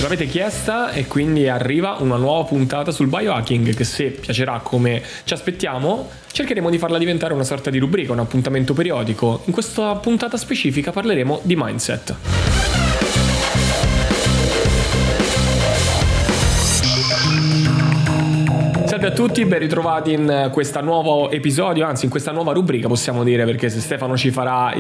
l'avete chiesta e quindi arriva una nuova puntata sul biohacking che, se piacerà come ci aspettiamo, cercheremo di farla diventare una sorta di rubrica, un appuntamento periodico. In questa puntata specifica parleremo di mindset. Salve a tutti, ben ritrovati in questo nuovo episodio, anzi in questa nuova rubrica possiamo dire, perché se Stefano ci farà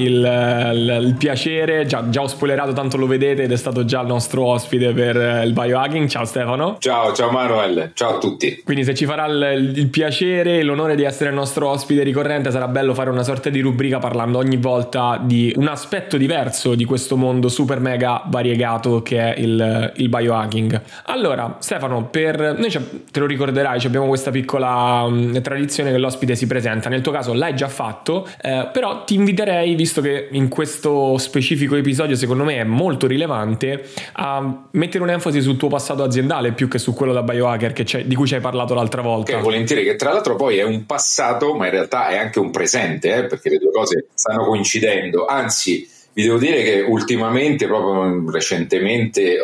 il piacere, già ho spoilerato, tanto lo vedete, ed è stato già il nostro ospite per il biohacking. Ciao Stefano. Ciao Manuel, ciao a tutti. Quindi se ci farà il piacere e l'onore di essere il nostro ospite ricorrente, sarà bello fare una sorta di rubrica parlando ogni volta di un aspetto diverso di questo mondo super mega variegato che è il biohacking. Allora Stefano, noi te lo ricorderai, abbiamo questa piccola tradizione che l'ospite si presenta. Nel tuo caso l'hai già fatto, però ti inviterei, visto che in questo specifico episodio secondo me è molto rilevante, a mettere un'enfasi sul tuo passato aziendale più che su quello da biohacker di cui ci hai parlato l'altra volta. Volentieri, che tra l'altro poi è un passato, ma in realtà è anche un presente, perché le due cose stanno coincidendo. Anzi, vi devo dire che ultimamente, proprio recentemente,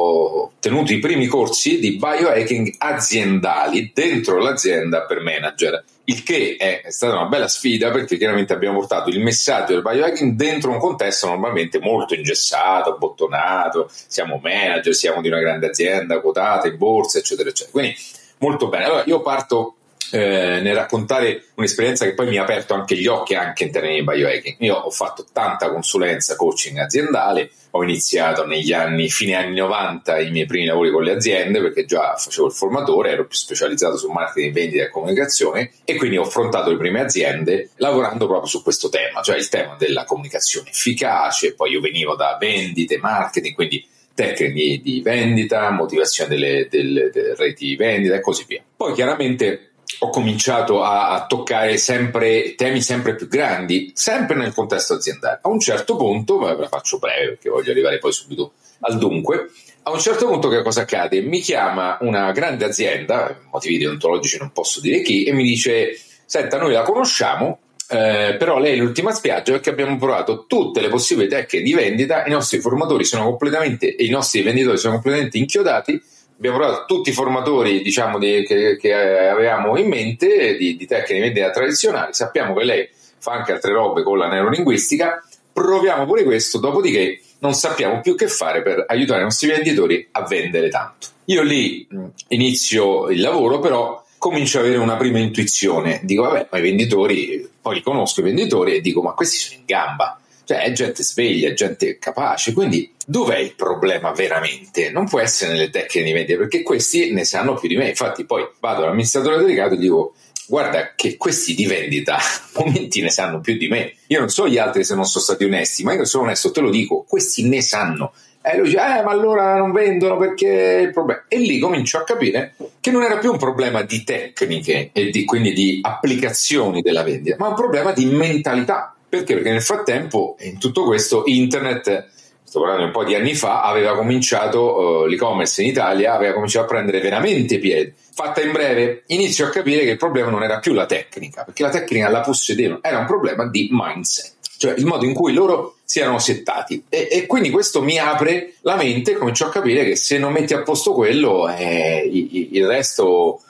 ho tenuto i primi corsi di biohacking aziendali dentro l'azienda per manager, il che è stata una bella sfida, perché chiaramente abbiamo portato il messaggio del biohacking dentro un contesto normalmente molto ingessato, abbottonato, siamo manager, siamo di una grande azienda quotata in borsa, eccetera eccetera. Quindi molto bene. Allora io parto nel raccontare un'esperienza che poi mi ha aperto anche gli occhi anche in termini di biohacking. Io ho fatto tanta consulenza, coaching aziendale, ho iniziato fine anni 90 i miei primi lavori con le aziende, perché già facevo il formatore, ero più specializzato su marketing, vendita e comunicazione, e quindi ho affrontato le prime aziende lavorando proprio su questo tema, cioè il tema della comunicazione efficace. Poi io venivo da vendite, marketing, quindi tecniche di vendita, motivazione delle reti di vendita e così via. Poi chiaramente ho cominciato a toccare temi sempre più grandi, sempre nel contesto aziendale. A un certo punto, ve la faccio breve perché voglio arrivare poi subito al dunque, a un certo punto che cosa accade? Mi chiama una grande azienda, motivi deontologici non posso dire chi, e mi dice: senta, noi la conosciamo, però lei è l'ultima spiaggia, perché abbiamo provato tutte le possibili tecniche di vendita, i nostri venditori sono completamente inchiodati. Abbiamo provato tutti i formatori, diciamo, che avevamo in mente di tecniche di vendita tradizionali. Sappiamo che lei fa anche altre robe con la neurolinguistica. Proviamo pure questo, dopodiché non sappiamo più che fare per aiutare i nostri venditori a vendere tanto. Io lì inizio il lavoro, però comincio ad avere una prima intuizione. Dico, vabbè, ma i venditori, poi li conosco i venditori e dico, ma questi sono in gamba. Cioè è gente sveglia, è gente capace, quindi dov'è il problema veramente? Non può essere nelle tecniche di vendita, perché questi ne sanno più di me. Infatti poi vado all'amministratore delegato e dico: guarda che questi di vendita momenti ne sanno più di me. Io non so gli altri se non sono stati onesti, ma io sono onesto, te lo dico, questi ne sanno. E lui dice: ma allora non vendono perché il problema. E lì comincio a capire che non era più un problema di tecniche e quindi di applicazioni della vendita, ma un problema di mentalità. Perché? Perché nel frattempo, in tutto questo, internet, sto parlando un po' di anni fa, aveva cominciato, l'e-commerce in Italia aveva cominciato a prendere veramente piede. Fatta in breve, inizio a capire che il problema non era più la tecnica, perché la tecnica la possedevano, era un problema di mindset, cioè il modo in cui loro si erano settati. E quindi questo mi apre la mente, comincio a capire che se non metti a posto quello, il resto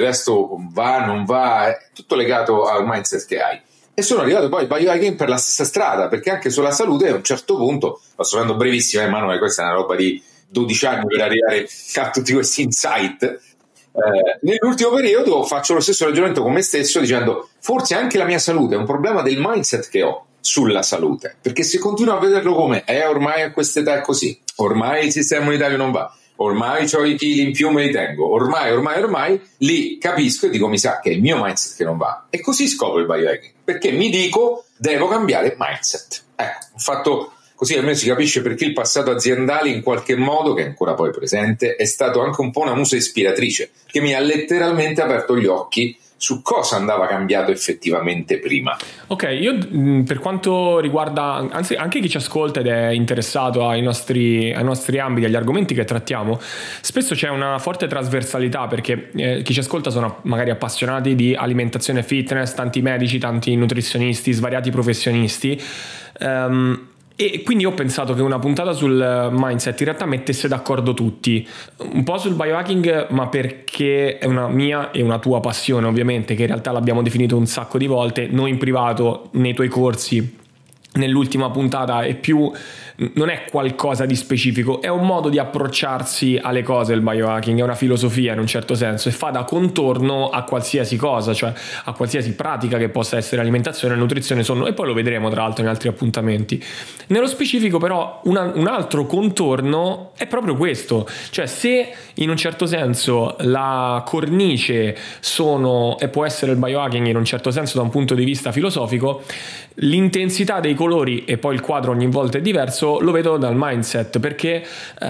va, non va, è tutto legato al mindset che hai. E sono arrivato poi al biohacking per la stessa strada, perché anche sulla salute a un certo punto, sto andando brevissimo, Emanuele, questa è una roba di 12 anni per arrivare a tutti questi insight. Nell'ultimo periodo faccio lo stesso ragionamento con me stesso, dicendo: forse anche la mia salute è un problema del mindset che ho sulla salute, perché se continuo a vederlo come ormai a quest'età è così, ormai il sistema immunitario non va, ormai ho i chili in più, me li tengo, ormai, lì capisco e dico: mi sa che è il mio mindset che non va. E così scopro il biohacking, perché mi dico: devo cambiare mindset. Ecco, ho fatto così, almeno si capisce perché il passato aziendale, in qualche modo, che è ancora poi presente, è stato anche un po' una musa ispiratrice, che mi ha letteralmente aperto gli occhi su cosa andava cambiato effettivamente prima. Ok, io per quanto riguarda anche chi ci ascolta ed è interessato ai nostri ambiti, agli argomenti che trattiamo, spesso c'è una forte trasversalità, perché chi ci ascolta sono magari appassionati di alimentazione e fitness, tanti medici, tanti nutrizionisti, svariati professionisti, E quindi ho pensato che una puntata sul mindset in realtà mettesse d'accordo tutti, un po' sul biohacking, ma perché è una mia e una tua passione, ovviamente, che in realtà l'abbiamo definito un sacco di volte, noi in privato, nei tuoi corsi, nell'ultima puntata, è più, non è qualcosa di specifico, è un modo di approcciarsi alle cose. Il biohacking è una filosofia in un certo senso e fa da contorno a qualsiasi cosa, cioè a qualsiasi pratica che possa essere alimentazione, nutrizione, sonno, e poi lo vedremo tra l'altro in altri appuntamenti. Nello specifico però un altro contorno è proprio questo, cioè se in un certo senso la cornice sono e può essere il biohacking in un certo senso da un punto di vista filosofico, l'intensità dei colori e poi il quadro ogni volta è diverso, lo vedo dal mindset, perché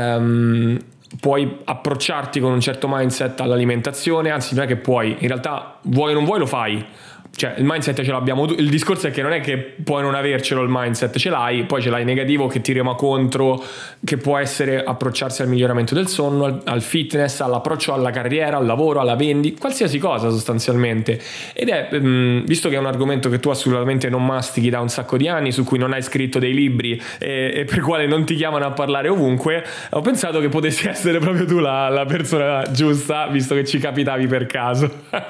puoi approcciarti con un certo mindset all'alimentazione, anzi non è che puoi, in realtà vuoi o non vuoi lo fai. Cioè il mindset ce l'abbiamo, il discorso è che non è che puoi non avercelo il mindset, ce l'hai, poi ce l'hai negativo che ti rema contro, che può essere approcciarsi al miglioramento del sonno, al fitness, all'approccio alla carriera, al lavoro, alla vendita, qualsiasi cosa sostanzialmente. Ed è, visto che è un argomento che tu assolutamente non mastichi da un sacco di anni, su cui non hai scritto dei libri e per quale non ti chiamano a parlare ovunque, ho pensato che potessi essere proprio tu la persona giusta, visto che ci capitavi per caso.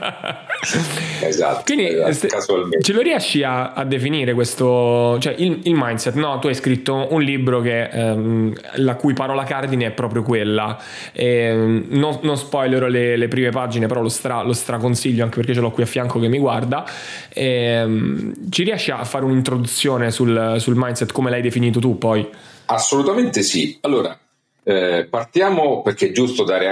Esatto. Quindi ce lo riesci a definire questo, cioè il mindset? No, tu hai scritto un libro che la cui parola cardine è proprio quella. Non spoilerò le prime pagine, però lo straconsiglio, anche perché ce l'ho qui a fianco che mi guarda. Ci riesci a fare un'introduzione sul mindset come l'hai definito tu poi? Assolutamente sì. Allora, partiamo, perché è giusto dare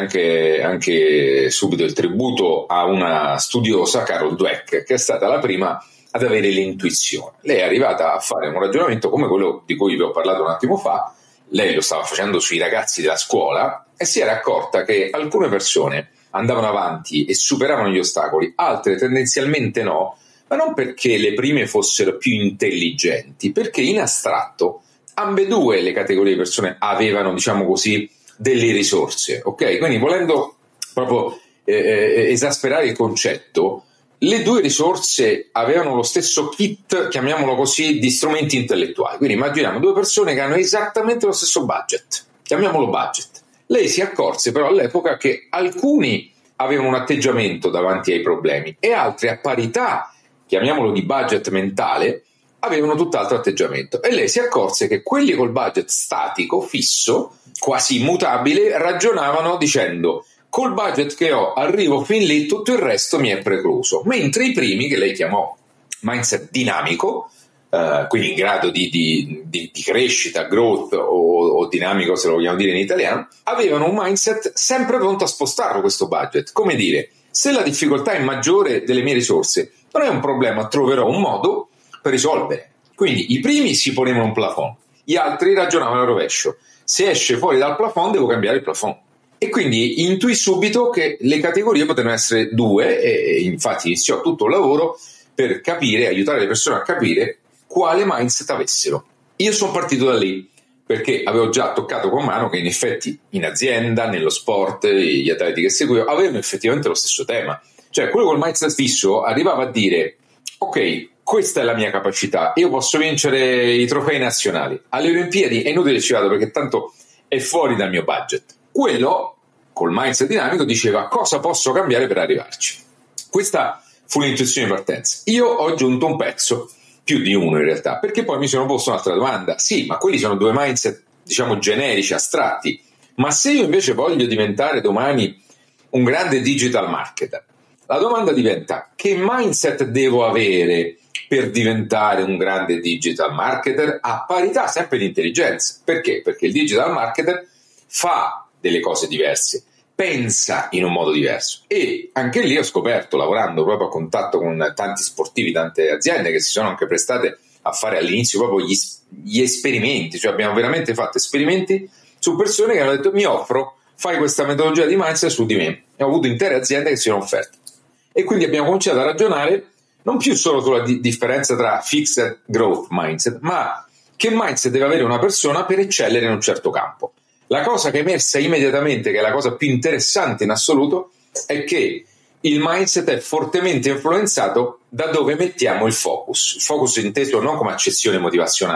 anche subito il tributo a una studiosa, Carol Dweck, che è stata la prima ad avere l'intuizione. Lei è arrivata a fare un ragionamento come quello di cui vi ho parlato un attimo fa. Lei lo stava facendo sui ragazzi della scuola e si era accorta che alcune persone andavano avanti e superavano gli ostacoli, altre tendenzialmente no, ma non perché le prime fossero più intelligenti, perché in astratto ambedue le categorie di persone avevano, diciamo così, delle risorse, ok? Quindi volendo proprio esasperare il concetto, le due risorse avevano lo stesso kit, chiamiamolo così, di strumenti intellettuali. Quindi immaginiamo due persone che hanno esattamente lo stesso budget, chiamiamolo budget. Lei si accorse però all'epoca che alcuni avevano un atteggiamento davanti ai problemi e altri, a parità, chiamiamolo di budget mentale, avevano tutt'altro atteggiamento, e lei si accorse che quelli col budget statico, fisso, quasi immutabile, ragionavano dicendo: col budget che ho arrivo fin lì, tutto il resto mi è precluso. Mentre i primi, che lei chiamò mindset dinamico, quindi in grado di crescita, growth o dinamico, se lo vogliamo dire in italiano, avevano un mindset sempre pronto a spostarlo questo budget. Come dire, se la difficoltà è maggiore delle mie risorse, non è un problema, troverò un modo per risolvere. Quindi i primi si ponevano un plafond, gli altri ragionavano al rovescio: se esce fuori dal plafond devo cambiare il plafond. E quindi intuì subito che le categorie potevano essere due, e infatti iniziò tutto il lavoro per capire, aiutare le persone a capire quale mindset avessero. Io sono partito da lì perché avevo già toccato con mano che in effetti in azienda, nello sport, gli atleti che seguivo avevano effettivamente lo stesso tema. Cioè quello col mindset fisso arrivava a dire: ok, questa è la mia capacità, io posso vincere i trofei nazionali, alle Olimpiadi è inutile che ci vado perché tanto è fuori dal mio budget. Quello col mindset dinamico diceva: cosa posso cambiare per arrivarci? Questa fu l'intuizione di partenza. Io ho aggiunto un pezzo, più di uno in realtà, perché poi mi sono posto un'altra domanda. Sì, ma quelli sono due mindset, diciamo, generici, astratti, ma se io invece voglio diventare domani un grande digital marketer, la domanda diventa: che mindset devo avere per diventare un grande digital marketer a parità sempre di intelligenza? Perché? Perché il digital marketer fa delle cose diverse, pensa in un modo diverso, e anche lì ho scoperto, lavorando proprio a contatto con tanti sportivi, tante aziende che si sono anche prestate a fare all'inizio proprio gli esperimenti, cioè abbiamo veramente fatto esperimenti su persone che hanno detto: mi offro, fai questa metodologia di mindset su di me, e ho avuto intere aziende che si sono offerte. E quindi abbiamo cominciato a ragionare non più solo sulla differenza tra fixed growth mindset, ma che mindset deve avere una persona per eccellere in un certo campo. La cosa che è emersa immediatamente, che è la cosa più interessante in assoluto, è che il mindset è fortemente influenzato da dove mettiamo il focus inteso non come accezione motivazionale,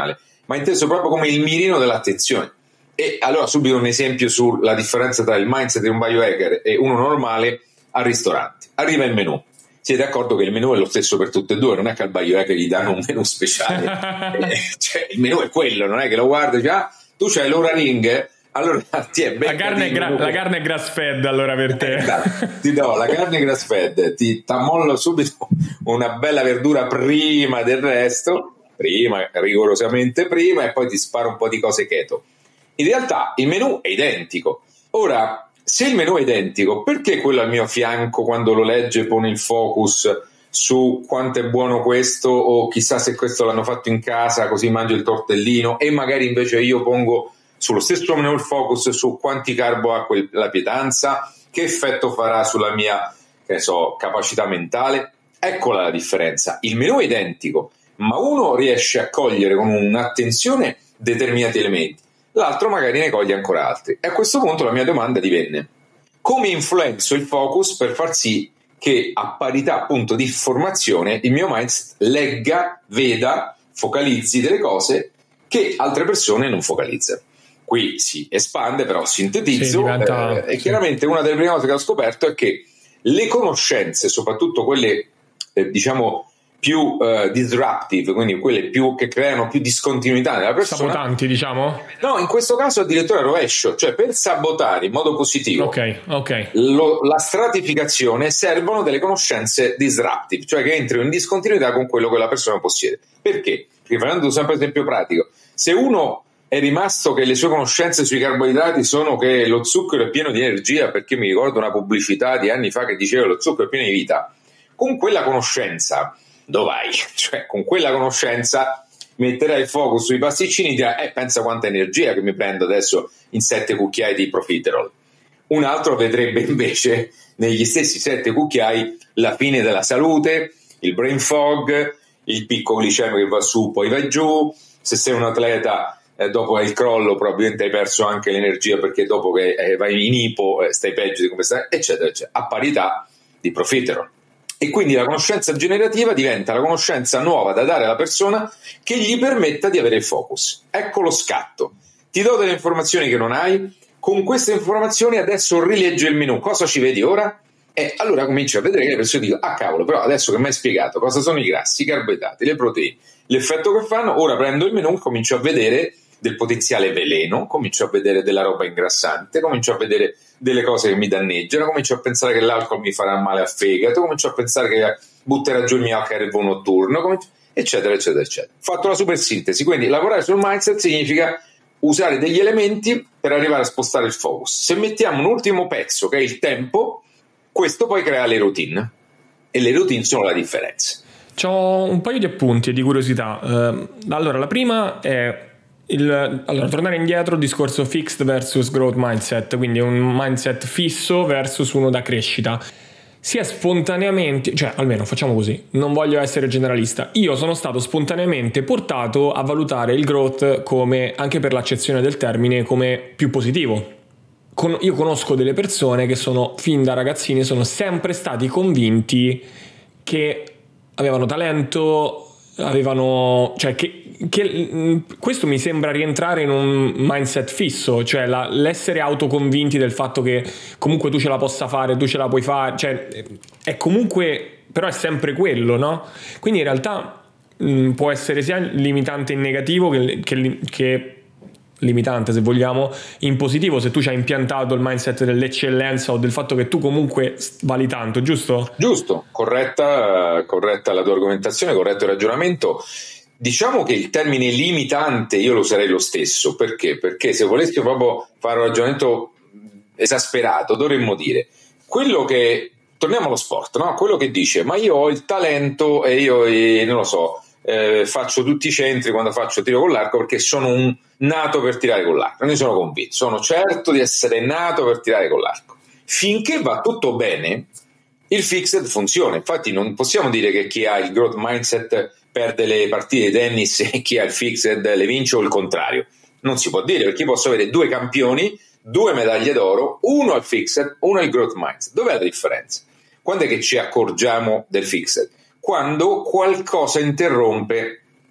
ma inteso proprio come il mirino dell'attenzione. E allora subito un esempio sulla differenza tra il mindset di un biohacker e uno normale al ristorante. Arriva il menù. Siete d'accordo che il menù è lo stesso per tutte e due? Non è che al biohacker gli danno un menù speciale. Cioè, il menù è quello, non è che lo guarda e dice, tu c'hai l'ora ring, allora ti è la carne è grass fed, allora per te. Ti do la carne grass fed, ti ammollo subito una bella verdura prima del resto, rigorosamente prima, e poi ti sparo un po' di cose keto. In realtà il menù è identico. Ora, se il menù è identico, perché quello al mio fianco, quando lo legge, pone il focus su quanto è buono questo, o chissà se questo l'hanno fatto in casa così mangio il tortellino, e magari invece io pongo sullo stesso menù il focus su quanti carbo ha la pietanza, che effetto farà sulla mia, capacità mentale? Eccola la differenza. Il menù è identico, ma uno riesce a cogliere con un'attenzione determinati elementi, l'altro magari ne coglie ancora altri. E a questo punto la mia domanda divenne: come influenzo il focus per far sì che a parità appunto di informazione il mio mindset legga, veda, focalizzi delle cose che altre persone non focalizzano? Qui si espande, però sintetizzo, e chiaramente una delle prime cose che ho scoperto è che le conoscenze, soprattutto quelle più disruptive, quindi quelle che creano più discontinuità nella persona, sabotanti, diciamo? No, in questo caso addirittura rovescio, cioè per sabotare in modo positivo la stratificazione servono delle conoscenze disruptive, cioè che entrino in discontinuità con quello che la persona possiede. Perché? Perché, facendo sempre esempio pratico, se uno è rimasto che le sue conoscenze sui carboidrati sono che lo zucchero è pieno di energia, perché mi ricordo una pubblicità di anni fa che diceva che lo zucchero è pieno di vita, con quella conoscenza dove vai? Cioè, con quella conoscenza metterai il focus sui pasticcini e dirai, pensa quanta energia che mi prendo adesso in 7 cucchiai di profiterol. Un altro vedrebbe invece negli stessi 7 cucchiai la fine della salute, il brain fog, il picco glicemico che va su poi va giù. Se sei un atleta, dopo il crollo probabilmente hai perso anche l'energia, perché dopo che vai in ipo stai peggio di come stai, eccetera eccetera, a parità di profiterol. E quindi la conoscenza generativa diventa la conoscenza nuova da dare alla persona che gli permetta di avere il focus. Ecco lo scatto. Ti do delle informazioni che non hai, con queste informazioni adesso rileggi il menù. Cosa ci vedi ora? E allora cominci a vedere che le persone dicono, cavolo, però adesso che mi hai spiegato cosa sono i grassi, i carboidrati, le proteine, l'effetto che fanno, ora prendo il menù, comincio a vedere del potenziale veleno, comincio a vedere della roba ingrassante, comincio a vedere delle cose che mi danneggiano, comincio a pensare che l'alcol mi farà male al fegato, comincio a pensare che butterà giù il mio HRV notturno, eccetera eccetera eccetera. Fatto la super sintesi, quindi lavorare sul mindset significa usare degli elementi per arrivare a spostare il focus. Se mettiamo un ultimo pezzo che è il tempo, questo poi crea le routine, e le routine sono la differenza. C'ho un paio di appunti e di curiosità. Allora, la prima è tornare indietro, discorso fixed versus growth mindset, quindi un mindset fisso versus uno da crescita. Si è spontaneamente, cioè almeno facciamo così, non voglio essere generalista, io sono stato spontaneamente portato a valutare il growth come, anche per l'accezione del termine, come più positivo. Io conosco delle persone che fin da ragazzini sono sempre stati convinti che avevano talento, questo mi sembra rientrare in un mindset fisso, cioè l'essere autoconvinti del fatto che comunque tu ce la possa fare, tu ce la puoi fare, cioè è comunque, però è sempre quello, no? Quindi in realtà può essere sia limitante in negativo che limitante, se vogliamo, in positivo, se tu ci hai impiantato il mindset dell'eccellenza o del fatto che tu comunque vali tanto, giusto? Giusto, corretta la tua argomentazione, corretto il ragionamento. Diciamo che il termine limitante io lo userei lo stesso. Perché? Perché se volessi proprio fare un ragionamento esasperato, dovremmo dire quello che, torniamo allo sport, no? Quello che dice, ma io ho il talento e io non lo so, faccio tutti i centri quando faccio tiro con l'arco perché sono nato per tirare con l'arco. Ne sono convinto, sono certo di essere nato per tirare con l'arco. Finché va tutto bene, il fixed funziona. Infatti non possiamo dire che chi ha il growth mindset perde le partite di tennis e chi ha il fixed le vince, o il contrario. Non si può dire, perché posso avere 2 campioni, 2 medaglie d'oro, uno al fixed, uno al growth mindset. Dov'è la differenza? Quando è che ci accorgiamo del fixed? Quando qualcosa interrompe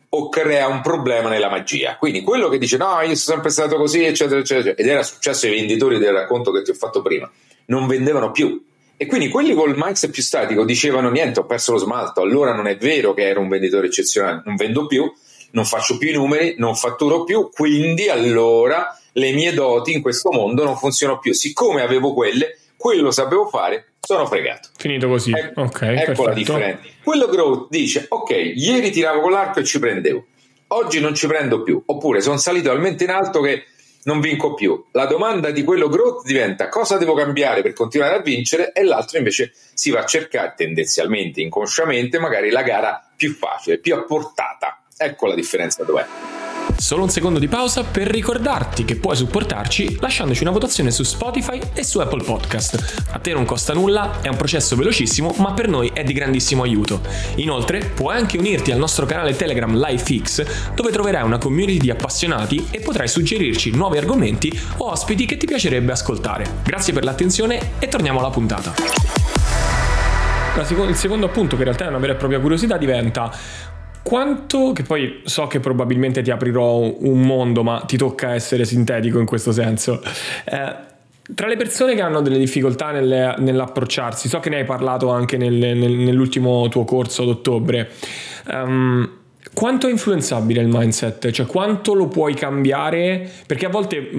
o crea un problema nella magia. Quindi quello che dice no, io sono sempre stato così, eccetera, eccetera, ed era successo ai venditori del racconto che ti ho fatto prima, non vendevano più. E quindi quelli col mindset più statico dicevano niente, ho perso lo smalto, allora non è vero che ero un venditore eccezionale, non vendo più, non faccio più i numeri, non fatturo più, quindi allora le mie doti in questo mondo non funzionano più. Siccome avevo quello sapevo fare, sono fregato. Finito così. Ecco la differenza. Quello growth dice ok, ieri tiravo con l'arco e ci prendevo, oggi non ci prendo più, oppure sono salito talmente in alto che non vinco più. La domanda di quello growth diventa cosa devo cambiare per continuare a vincere, e l'altro invece si va a cercare tendenzialmente, inconsciamente, magari la gara più facile, più a portata. Ecco la differenza dov'è. Solo un secondo di pausa per ricordarti che puoi supportarci lasciandoci una votazione su Spotify e su Apple Podcast. A te non costa nulla, è un processo velocissimo, ma per noi è di grandissimo aiuto. Inoltre, puoi anche unirti al nostro canale Telegram LifeX, dove troverai una community di appassionati e potrai suggerirci nuovi argomenti o ospiti che ti piacerebbe ascoltare. Grazie per l'attenzione e torniamo alla puntata. Il secondo appunto, che in realtà è una vera e propria curiosità, diventa quanto, che poi so che probabilmente ti aprirò un mondo, ma ti tocca essere sintetico in questo senso. Tra le persone che hanno delle difficoltà nell'approcciarsi, so che ne hai parlato anche nell'ultimo tuo corso d'ottobre, quanto è influenzabile il mindset? Cioè quanto lo puoi cambiare? Perché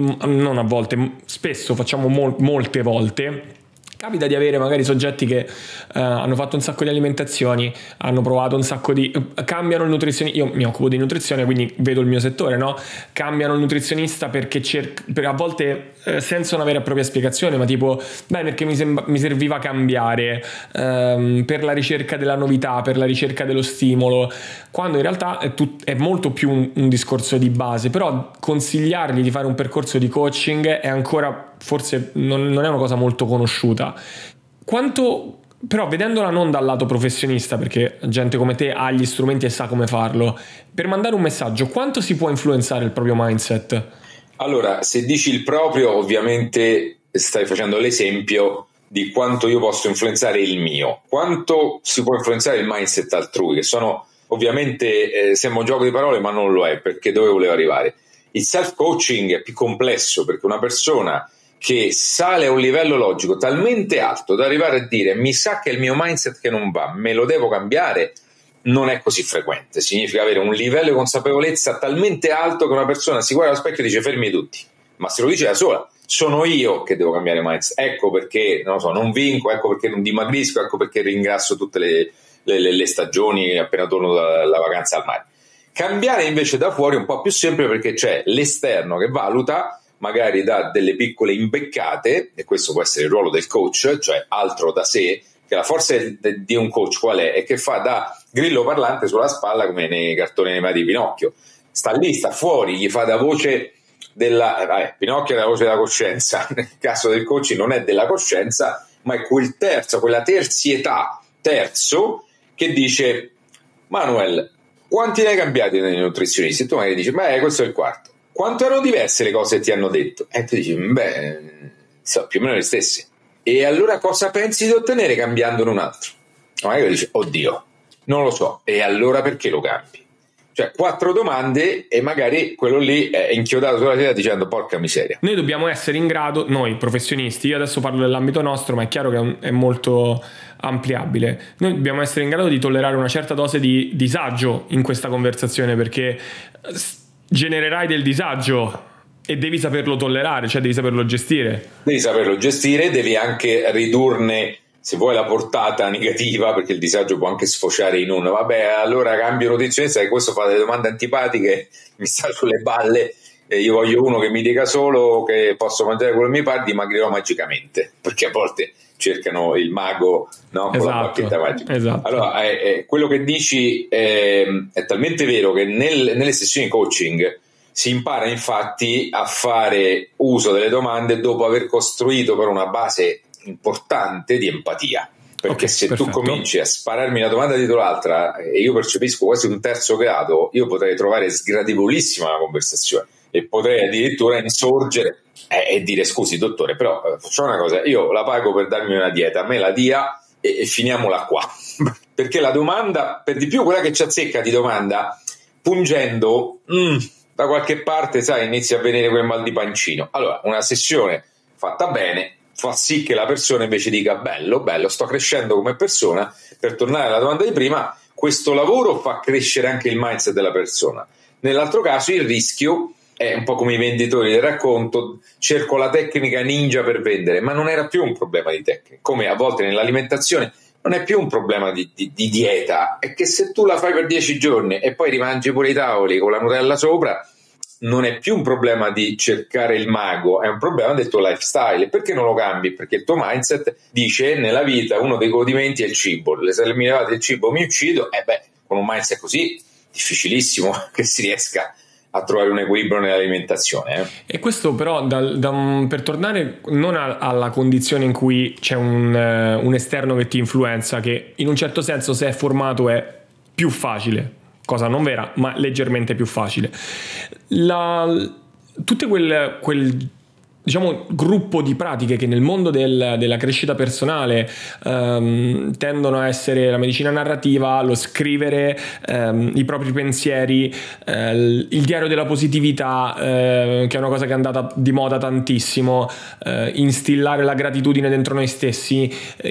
spesso facciamo molte volte. Capita di avere magari soggetti che hanno fatto un sacco di alimentazioni, hanno provato un sacco di... cambiano il nutrizionista, io mi occupo di nutrizione quindi vedo il mio settore, no? Cambiano il nutrizionista perché a volte senza una vera e propria spiegazione, ma tipo, perché mi serviva cambiare, per la ricerca della novità, per la ricerca dello stimolo, quando in realtà è molto più un discorso di base. Però consigliargli di fare un percorso di coaching è ancora, forse non è una cosa molto conosciuta. Quanto, però, vedendola non dal lato professionista, perché gente come te ha gli strumenti e sa come farlo, per mandare un messaggio, quanto si può influenzare il proprio mindset? Allora, se dici il proprio, ovviamente stai facendo l'esempio di quanto io posso influenzare il mio. Quanto si può influenzare il mindset altrui, che sono ovviamente, sembra un gioco di parole, ma non lo è, perché dove volevo arrivare? Il self-coaching è più complesso, perché una persona che sale a un livello logico talmente alto da arrivare a dire mi sa che è il mio mindset che non va, me lo devo cambiare, non è così frequente. Significa avere un livello di consapevolezza talmente alto che una persona si guarda allo specchio e dice fermi tutti, ma se lo dice da sola, sono io che devo cambiare mindset, ecco perché non vinco, ecco perché non dimagrisco, ecco perché ringrasso tutte le stagioni appena torno dalla vacanza al mare. Cambiare invece da fuori è un po' più semplice, perché c'è l'esterno che valuta, magari dà delle piccole imbeccate, e questo può essere il ruolo del coach, cioè altro da sé, che la forza di un coach qual è? È che fa da grillo parlante sulla spalla, come nei cartoni animati di Pinocchio. Sta lì, sta fuori, gli fa da voce Pinocchio è la voce della coscienza. Nel caso del coach non è della coscienza, ma è quella terzietà, terzo, che dice Manuel, quanti ne hai cambiati nei nutrizionisti? E tu magari dici, questo è il quarto. Quanto erano diverse le cose che ti hanno detto? E tu dici, più o meno le stesse. E allora cosa pensi di ottenere cambiandone un altro? Magari dici, oddio, non lo so. E allora perché lo cambi? Cioè, 4 domande e magari quello lì è inchiodato sulla sedia dicendo porca miseria. Noi dobbiamo essere in grado, noi professionisti, io adesso parlo dell'ambito nostro, ma è chiaro che è molto ampliabile. Noi dobbiamo essere in grado di tollerare una certa dose di disagio in questa conversazione, perché genererai del disagio e devi saperlo tollerare, cioè devi saperlo gestire. Devi saperlo gestire, devi anche ridurne, se vuoi, la portata negativa, perché il disagio può anche sfociare in uno allora cambio nutrizionista, che questo fa delle domande antipatiche, mi sta sulle balle, e io voglio uno che mi dica solo che posso mangiare quello che mi pare, dimagrirò magicamente, perché a volte cercano il mago, no? Con la bacchetta magica. Esatto. Allora, quello che dici è talmente vero che nelle sessioni coaching si impara infatti a fare uso delle domande dopo aver costruito per una base importante di empatia, perché se tu cominci a spararmi una domanda dietro l'altra e io percepisco quasi un terzo grado, io potrei trovare sgradevolissima la conversazione e potrei addirittura insorgere e dire scusi dottore, però facciamo una cosa, io la pago per darmi una dieta, me la dia e finiamola qua. Perché la domanda, per di più quella che ci azzecca di domanda, pungendo, da qualche parte, sai, inizia a venire quel mal di pancino. Allora, una sessione fatta bene fa sì che la persona invece dica bello, sto crescendo come persona. Per tornare alla domanda di prima, questo lavoro fa crescere anche il mindset della persona. Nell'altro caso il rischio è un po' come i venditori del racconto: cerco la tecnica ninja per vendere, ma non era più un problema di tecnica, come a volte nell'alimentazione non è più un problema di dieta, è che se tu la fai per 10 giorni e poi rimangi pure i tavoli con la Nutella sopra, non è più un problema di cercare il mago, è un problema del tuo lifestyle. Perché non lo cambi? Perché il tuo mindset dice: nella vita uno dei godimenti è il cibo, se mi levate il cibo mi uccido. Con un mindset così difficilissimo che si riesca a trovare un equilibrio nell'alimentazione. E questo però per tornare non alla condizione in cui c'è un esterno che ti influenza, che in un certo senso, se è formato, è più facile, cosa non vera, ma leggermente più facile. Tutte quel diciamo gruppo di pratiche che nel mondo della crescita personale tendono a essere la medicina narrativa, lo scrivere i propri pensieri, il diario della positività, che è una cosa che è andata di moda tantissimo, instillare la gratitudine dentro noi stessi,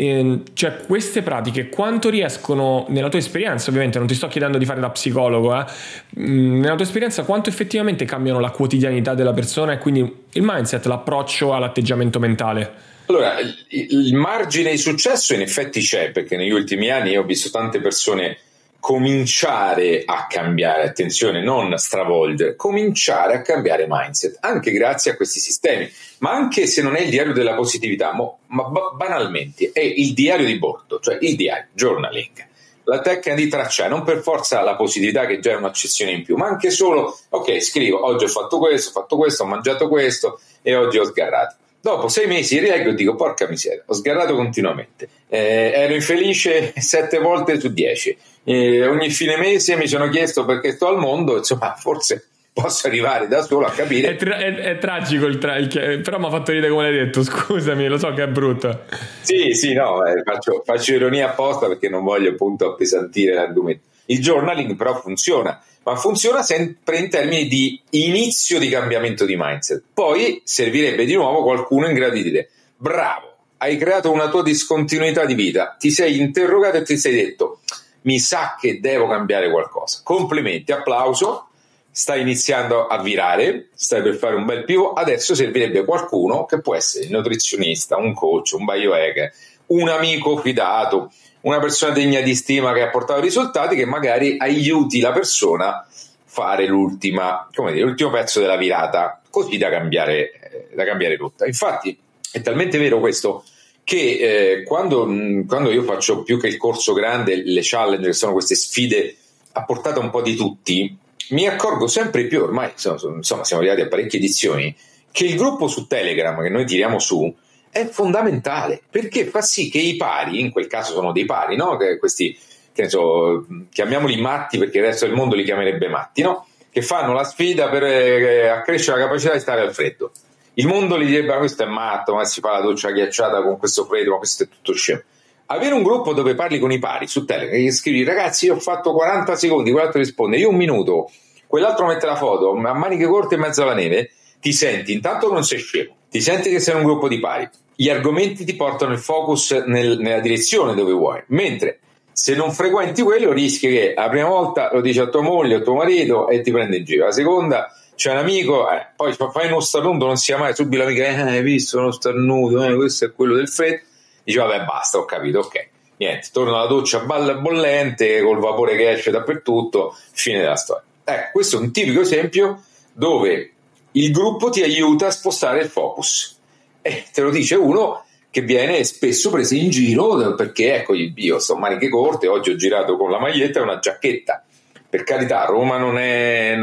cioè queste pratiche quanto riescono, nella tua esperienza, ovviamente non ti sto chiedendo di fare da psicologo, nella tua esperienza quanto effettivamente cambiano la quotidianità della persona e quindi il mindset, l'approccio all'atteggiamento mentale? Allora, il margine di successo in effetti c'è, perché negli ultimi anni ho visto tante persone cominciare a cambiare, attenzione, non stravolgere, cominciare a cambiare mindset, anche grazie a questi sistemi, ma anche se non è il diario della positività, ma banalmente è il diario di bordo, cioè il diario, journaling. La tecnica di tracciare, non per forza la positività che già è un'accezione in più, ma anche solo, ok, scrivo, oggi ho fatto questo, ho mangiato questo e oggi ho sgarrato. Dopo 6 mesi rileggo e dico, porca miseria, ho sgarrato continuamente, ero infelice 7 volte su 10, ogni fine mese mi sono chiesto perché sto al mondo, insomma, forse posso arrivare da solo a capire. È tragico però mi ha fatto ridere come l'hai detto, scusami, lo so che è brutto. Sì, no, faccio ironia apposta perché non voglio appunto appesantire l'argomento. Il journaling però funziona, ma funziona sempre in termini di inizio di cambiamento di mindset. Poi servirebbe di nuovo qualcuno in grado di dire: bravo, hai creato una tua discontinuità di vita, ti sei interrogato e ti sei detto: mi sa che devo cambiare qualcosa. Complimenti, applauso. Stai iniziando a virare, stai per fare un bel pivot, adesso servirebbe qualcuno che può essere il nutrizionista, un coach, un biohacker, un amico fidato, una persona degna di stima che ha portato risultati, che magari aiuti la persona a fare l'ultimo pezzo della virata, così da cambiare rotta. Infatti è talmente vero questo che quando io faccio più che il corso grande, le challenge, che sono queste sfide a portata un po' di tutti, mi accorgo sempre più, ormai insomma siamo arrivati a parecchie edizioni, che il gruppo su Telegram che noi tiriamo su è fondamentale, perché fa sì che i pari, in quel caso sono dei pari, no? Che questi, che ne so, chiamiamoli matti perché il resto del mondo li chiamerebbe matti, no? Che fanno la sfida per accrescere la capacità di stare al freddo. Il mondo gli direbbe: ma questo è matto, ma si fa la doccia ghiacciata con questo freddo, ma questo è tutto scemo. Avere un gruppo dove parli con i pari su Telegram, che scrivi: ragazzi, io ho fatto 40 secondi, quell'altro risponde, io un minuto, quell'altro mette la foto a maniche corte in mezzo alla neve, ti senti, intanto non sei scemo, ti senti che sei un gruppo di pari, gli argomenti ti portano il focus nella direzione dove vuoi, mentre se non frequenti quello rischi che la prima volta lo dici a tua moglie o a tuo marito e ti prende in giro, la seconda c'è un amico, poi fai uno starnuto, non sia mai, subito l'amica, hai visto uno starnuto, questo è quello del freddo. Dice: vabbè, basta, ho capito, ok, niente, torno alla doccia bollente col vapore che esce dappertutto, fine della storia. Questo è un tipico esempio dove il gruppo ti aiuta a spostare il focus, e te lo dice uno che viene spesso preso in giro perché, ecco, io sto a maniche corte, oggi ho girato con la maglietta e una giacchetta. Per carità, Roma non è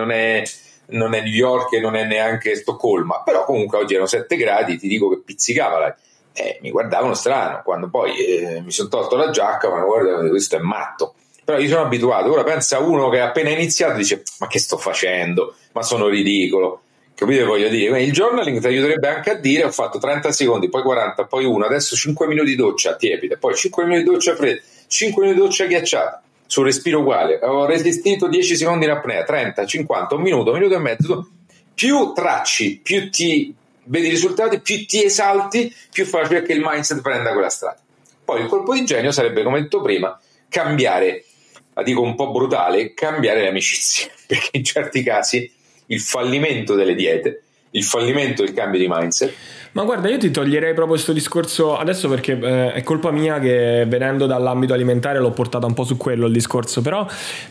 New York e non è neanche Stoccolma, però comunque oggi erano 7 gradi, ti dico che pizzicava mi guardavano strano, quando poi mi sono tolto la giacca, ma guarda, questo è matto. Però io sono abituato. Ora pensa uno che appena iniziato dice: ma che sto facendo? Ma sono ridicolo. Capite che voglio dire? Il journaling ti aiuterebbe anche a dire: ho fatto 30 secondi, poi 40, poi 1, adesso 5 minuti di doccia tiepida, poi 5 minuti di doccia fredda, 5 minuti di doccia ghiacciata. sul respiro uguale, ho resistito 10 secondi in apnea, 30, 50, un minuto e mezzo, più tracci, più ti vedi i risultati, più ti esalti, più facile che il mindset prenda quella strada. Poi il colpo di genio sarebbe, come detto prima, cambiare, la dico un po' brutale, cambiare le amicizie, perché in certi casi il fallimento delle diete, il fallimento del cambio di mindset. Ma guarda, io ti toglierei proprio questo discorso adesso, perché è colpa mia che venendo dall'ambito alimentare l'ho portata un po' su quello il discorso, però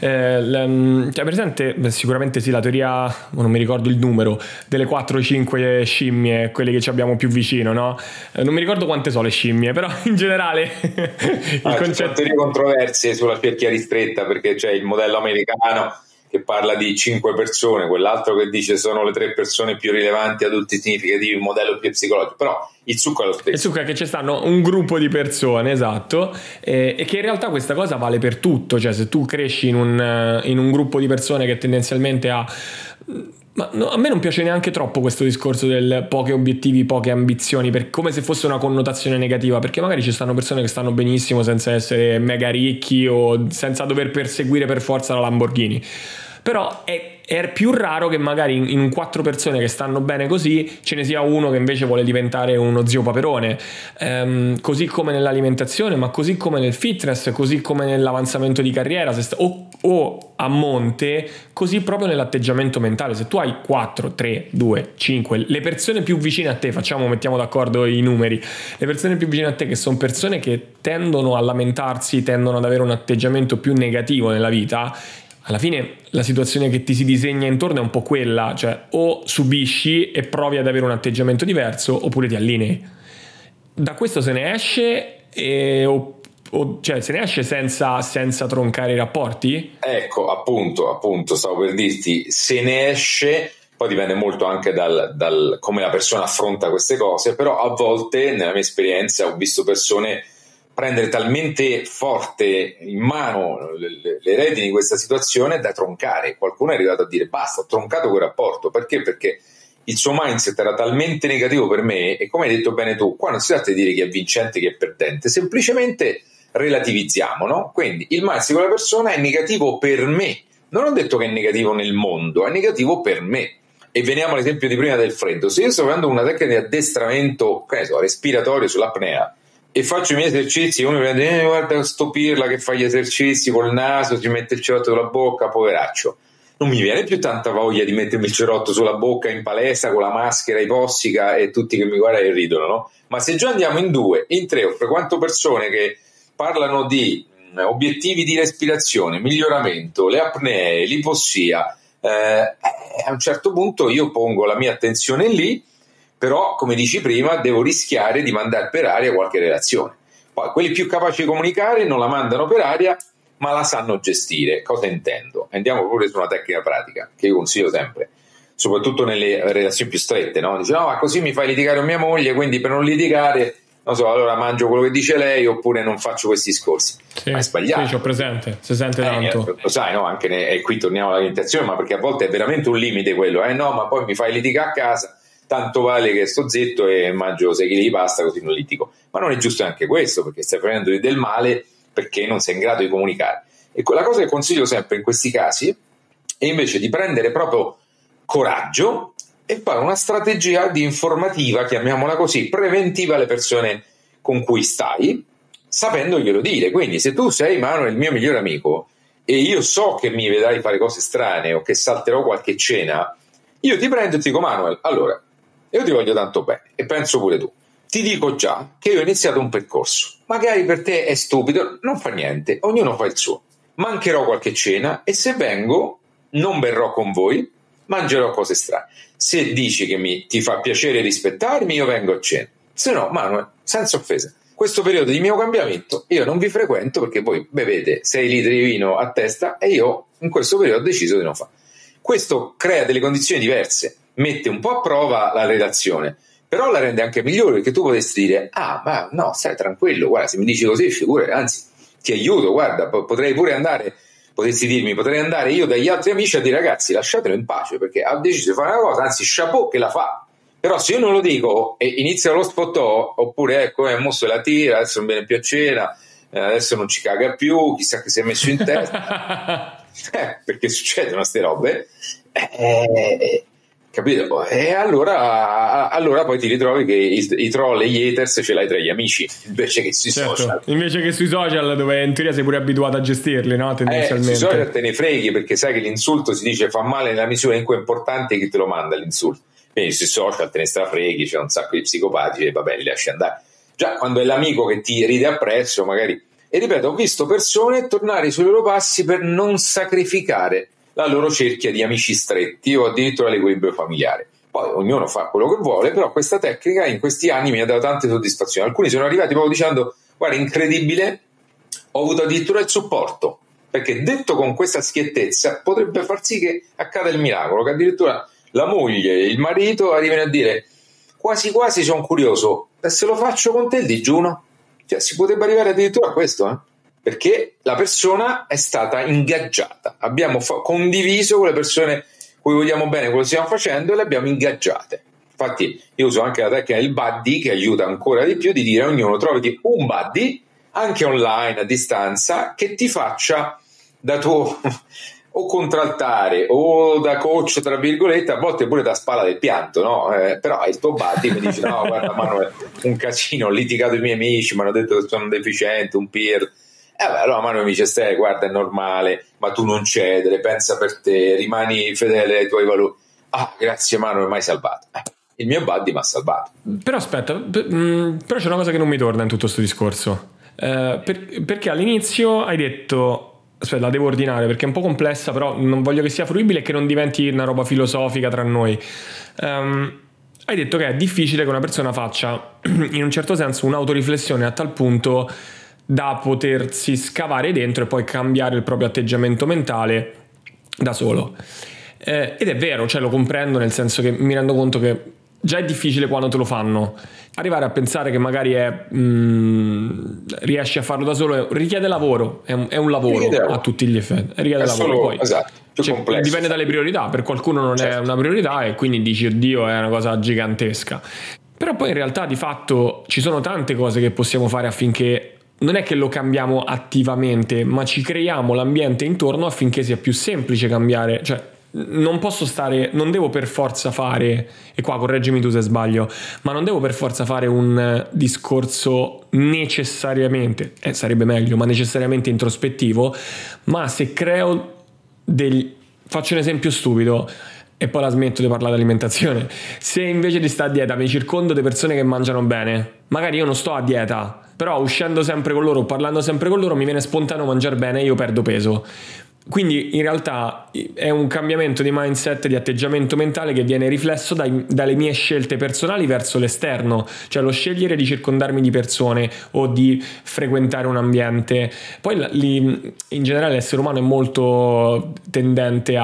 cioè, presente, sicuramente sì, la teoria, non mi ricordo il numero, delle 4-5 scimmie, quelle che ci abbiamo più vicino, no? Non mi ricordo quante sono le scimmie, però in generale il concetto... Ci sono teorie controversie sulla cerchia ristretta, perché c'è il modello americano che parla di 5 persone, quell'altro che dice sono le 3 persone più rilevanti, adulti significativi, un modello più psicologico, però il succo è lo stesso. Il succo è che ci stanno un gruppo di persone, esatto, e che in realtà questa cosa vale per tutto, cioè se tu cresci in un gruppo di persone che tendenzialmente ha... Ma no, a me non piace neanche troppo questo discorso del pochi obiettivi, poche ambizioni, per come se fosse una connotazione negativa, perché magari ci stanno persone che stanno benissimo senza essere mega ricchi o senza dover perseguire per forza la Lamborghini. Però è più raro che magari in 4 persone che stanno bene così ce ne sia uno che invece vuole diventare uno zio Paperone, così come nell'alimentazione, ma così come nel fitness, così come nell'avanzamento di carriera, o a monte, così proprio nell'atteggiamento mentale. Se tu hai 4, 3, 2, 5, le persone più vicine a te, mettiamo d'accordo i numeri, le persone più vicine a te che sono persone che tendono a lamentarsi, tendono ad avere un atteggiamento più negativo nella vita, alla fine la situazione che ti si disegna intorno è un po' quella, cioè o subisci e provi ad avere un atteggiamento diverso oppure ti allinei. Da questo se ne esce cioè se ne esce senza troncare i rapporti? Ecco, appunto, stavo per dirti, se ne esce, poi dipende molto anche dal come la persona affronta queste cose, però a volte nella mia esperienza ho visto persone prendere talmente forte in mano le redini di questa situazione da troncare. Qualcuno è arrivato a dire basta, ho troncato quel rapporto. Perché? Perché il suo mindset era talmente negativo per me, e come hai detto bene tu, qua non si tratta di dire chi è vincente e chi è perdente, semplicemente relativizziamo, no? Quindi il mindset di quella persona è negativo per me, non ho detto che è negativo nel mondo, è negativo per me. E veniamo all'esempio di prima del freddo. Se io sto facendo una tecnica di addestramento, respiratorio sull'apnea, e faccio i miei esercizi, uno mi prende, guarda sto pirla che fa gli esercizi col naso, si mette il cerotto sulla bocca, poveraccio. Non mi viene più tanta voglia di mettermi il cerotto sulla bocca in palestra con la maschera ipossica e tutti che mi guardano e ridono, no? Ma se già andiamo in 2, in 3, o frequento persone che parlano di obiettivi di respirazione, miglioramento, le apnee, l'ipossia, a un certo punto io pongo la mia attenzione lì. Però, come dici prima, devo rischiare di mandare per aria qualche relazione. Poi quelli più capaci di comunicare non la mandano per aria, ma la sanno gestire. Cosa intendo? Andiamo pure su una tecnica pratica che io consiglio sempre, soprattutto nelle relazioni più strette, no? Dice, no, ma così mi fai litigare con mia moglie, quindi per non litigare, non so, allora mangio quello che dice lei oppure non faccio questi discorsi. Sì, ma è sbagliato. Sì, c'ho presente, si sente tanto. Lo sai, no? Anche e qui torniamo all'alimentazione, ma perché a volte è veramente un limite quello, no, ma poi mi fai litigare a casa, tanto vale che sto zitto e mangio 6 kg di pasta così non litigo. Ma non è giusto anche questo, perché stai facendo del male perché non sei in grado di comunicare. E la cosa che consiglio sempre in questi casi è invece di prendere proprio coraggio e fare una strategia di informativa, chiamiamola così, preventiva alle persone con cui stai, sapendoglielo dire. Quindi se tu sei, Manuel, il mio migliore amico, e io so che mi vedrai fare cose strane o che salterò qualche cena, io ti prendo e ti dico, Manuel, allora, io ti voglio tanto bene e penso pure tu. Ti dico già che io ho iniziato un percorso. Magari per te è stupido, non fa niente, ognuno fa il suo. Mancherò qualche cena e se vengo, non berrò con voi, mangerò cose strane. Se dici che ti fa piacere rispettarmi, io vengo a cena. Se no, Manuel, senza offesa, questo periodo di mio cambiamento io non vi frequento perché voi bevete 6 litri di vino a testa e io in questo periodo ho deciso di non fare. Questo crea delle condizioni diverse, mette un po' a prova la relazione, però la rende anche migliore, perché tu potresti dire, ma no, stai tranquillo, guarda, se mi dici così, figurati, anzi, ti aiuto, guarda, potrei pure andare, potresti dirmi, potrei andare io dagli altri amici a dire, ragazzi, lasciatelo in pace, perché ha deciso di fare una cosa, anzi, chapeau che la fa. Però se io non lo dico e inizia lo spottò, oppure ecco, mo se la tira, adesso non viene più a cena, adesso non ci caga più, chissà che si è messo in testa. Perché succedono queste robe, capito? E allora poi ti ritrovi che i troll e gli haters ce l'hai tra gli amici invece che sui social. Invece che sui social, dove in teoria sei pure abituato a gestirli, no? Tendenzialmente. Sui social te ne freghi, perché sai che l'insulto si dice fa male nella misura in cui è importante chi te lo manda l'insulto. Quindi sui social te ne strafreghi, c'è un sacco di psicopatici e vabbè, li lasci andare. Già quando è l'amico che ti ride appresso, magari. E ripeto, ho visto persone tornare sui loro passi per non sacrificare la loro cerchia di amici stretti o addirittura l'equilibrio familiare. Poi ognuno fa quello che vuole, però questa tecnica in questi anni mi ha dato tante soddisfazioni. Alcuni sono arrivati proprio dicendo: guarda, incredibile, ho avuto addirittura il supporto, perché detto con questa schiettezza potrebbe far sì che accada il miracolo, che addirittura la moglie e il marito arrivino a dire: quasi quasi sono curioso, se lo faccio con te il digiuno? Cioè, si potrebbe arrivare addirittura a questo, perché la persona è stata ingaggiata. Abbiamo condiviso con le persone cui vogliamo bene quello che stiamo facendo e le abbiamo ingaggiate. Infatti io uso anche la tecnica del buddy, che aiuta ancora di più, di dire a ognuno: trovati un buddy, anche online, a distanza, che ti faccia da tuo o contraltare o da coach, tra virgolette, a volte pure da spalla del pianto, no? Però è il tuo buddy, mi dice: no, guarda Manuel, un casino, ho litigato con i miei amici, mi hanno detto che sono un deficiente, un peer. Allora Manuel mi dice: stai, guarda, è normale, ma tu non cedere, pensa per te, rimani fedele ai tuoi valori. Ah, grazie Manuel, mi hai salvato. Il mio buddy mi ha salvato. Però aspetta, però c'è una cosa che non mi torna in tutto questo discorso, perché all'inizio hai detto... Aspetta, la devo ordinare perché è un po' complessa, però non voglio che sia fruibile e che non diventi una roba filosofica tra noi. Hai detto che è difficile che una persona faccia, in un certo senso, un'autoriflessione a tal punto da potersi scavare dentro e poi cambiare il proprio atteggiamento mentale da solo. Ed è vero, cioè lo comprendo, nel senso che mi rendo conto che già è difficile quando te lo fanno. Arrivare a pensare che magari riesci a farlo da solo richiede lavoro, è un lavoro a tutti gli effetti, richiede lavoro. Poi, esatto, più complesso. Dipende dalle priorità, per qualcuno non è una priorità e quindi dici: oddio, è una cosa gigantesca. Però poi in realtà di fatto ci sono tante cose che possiamo fare affinché, non è che lo cambiamo attivamente, ma ci creiamo l'ambiente intorno affinché sia più semplice cambiare. Cioè, non devo per forza fare, e qua correggimi tu se sbaglio, ma non devo per forza fare un discorso necessariamente, sarebbe meglio, ma necessariamente introspettivo. Ma se creo faccio un esempio stupido e poi la smetto di parlare di alimentazione. Se invece di stare a dieta mi circondo di persone che mangiano bene, magari io non sto a dieta, però uscendo sempre con loro, parlando sempre con loro, mi viene spontaneo mangiare bene e io perdo peso. Quindi in realtà è un cambiamento di mindset, di atteggiamento mentale che viene riflesso dalle mie scelte personali verso l'esterno, cioè lo scegliere di circondarmi di persone o di frequentare un ambiente. Poi in generale l'essere umano è molto tendente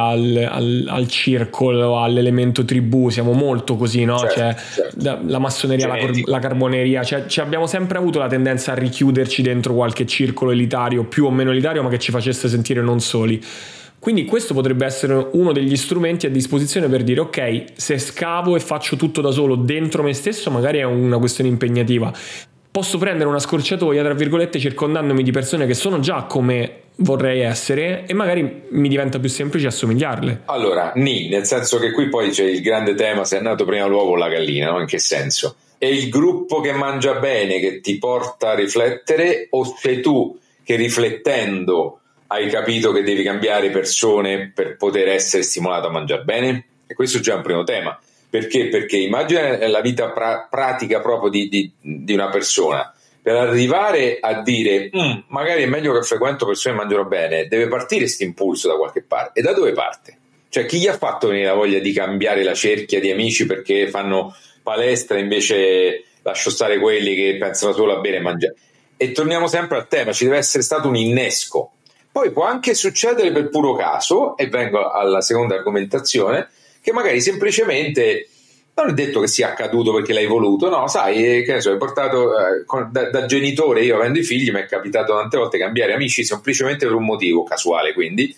al circolo, all'elemento tribù, siamo molto così, no? Certo. La massoneria, la carboneria, cioè abbiamo sempre avuto la tendenza a richiuderci dentro qualche circolo elitario, più o meno elitario, ma che ci facesse sentire non soli. Quindi questo potrebbe essere uno degli strumenti a disposizione per dire: ok, se scavo e faccio tutto da solo dentro me stesso, magari è una questione impegnativa, posso prendere una scorciatoia, tra virgolette, circondandomi di persone che sono già come vorrei essere e magari mi diventa più semplice assomigliarle. Allora, nel senso che qui poi c'è il grande tema: se è nato prima l'uovo o la gallina, no? In che senso? È il gruppo che mangia bene che ti porta a riflettere, o sei tu che riflettendo hai capito che devi cambiare persone per poter essere stimolato a mangiare bene? E questo è già un primo tema. Perché? Perché immagina la vita pratica proprio di una persona. Per arrivare a dire magari è meglio che frequento persone che mangiano bene, deve partire questo impulso da qualche parte. E da dove parte? Cioè, chi gli ha fatto venire la voglia di cambiare la cerchia di amici perché fanno palestra e invece lascio stare quelli che pensano solo a bere e mangiare? E torniamo sempre al tema, ci deve essere stato un innesco. Poi può anche succedere per puro caso, e vengo alla seconda argomentazione, che magari semplicemente non è detto che sia accaduto perché l'hai voluto, no, sai, che ne so, hai portato da genitore, io avendo i figli mi è capitato tante volte cambiare amici semplicemente per un motivo casuale, quindi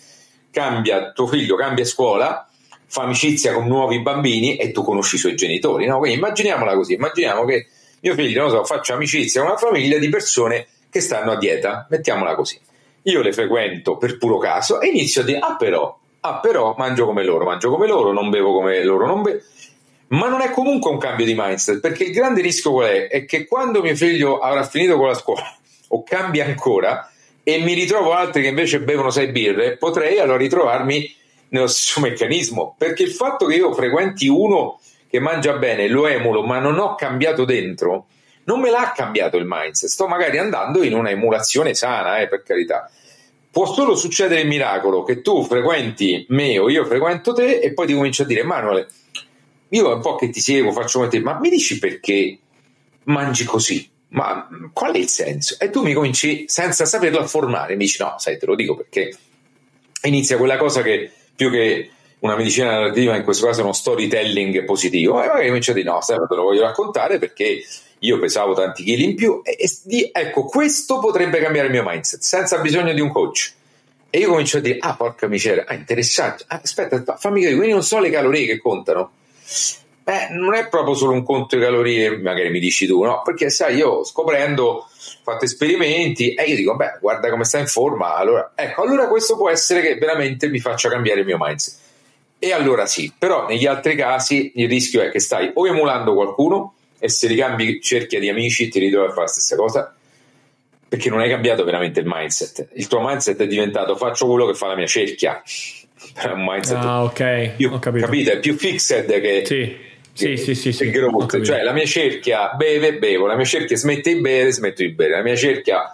tuo figlio cambia scuola, fa amicizia con nuovi bambini e tu conosci i suoi genitori, no? Quindi immaginiamola così, immaginiamo che mio figlio, non so, faccia amicizia con una famiglia di persone che stanno a dieta, mettiamola così. Io le frequento per puro caso e inizio a dire però mangio come loro, non bevo come loro, non bevo. Ma non è comunque un cambio di mindset, perché il grande rischio qual è? È che quando mio figlio avrà finito con la scuola o cambia ancora e mi ritrovo altri che invece bevono 6 birre, potrei allora ritrovarmi nello stesso meccanismo, perché il fatto che io frequenti uno che mangia bene, lo emulo, ma non ho cambiato dentro, non me l'ha cambiato il mindset. Sto magari andando in una emulazione sana, per carità. Può solo succedere il miracolo che tu frequenti me o io frequento te e poi ti cominci a dire: Manuel, io è un po' che ti seguo, faccio come te, ma mi dici perché mangi così? Ma qual è il senso? E tu mi cominci, senza saperlo, a formare, mi dici: no, sai, te lo dico perché inizia quella cosa che più che una medicina narrativa, in questo caso è uno storytelling positivo, e magari cominci a dire: no, sai, te lo voglio raccontare perché io pesavo tanti chili in più, ecco, questo potrebbe cambiare il mio mindset senza bisogno di un coach. E io comincio a dire: porca miseria, interessante, aspetta, fammi capire, quindi non sono le calorie che contano? Non è proprio solo un conto di calorie, magari mi dici tu, no? Perché sai, io scoprendo, ho fatto esperimenti e io dico: guarda come sta in forma, allora questo può essere che veramente mi faccia cambiare il mio mindset. E allora sì, però negli altri casi il rischio è che stai o emulando qualcuno e se ricambi cerchia di amici ti ritrovi a fare la stessa cosa, perché non hai cambiato veramente il mindset. Il tuo mindset è diventato: faccio quello che fa la mia cerchia. È un mindset ok, più, ho capito. Capite? È più fixed che sì, growth. Cioè la mia cerchia bevo, la mia cerchia smette di bere, smetto di bere, la mia cerchia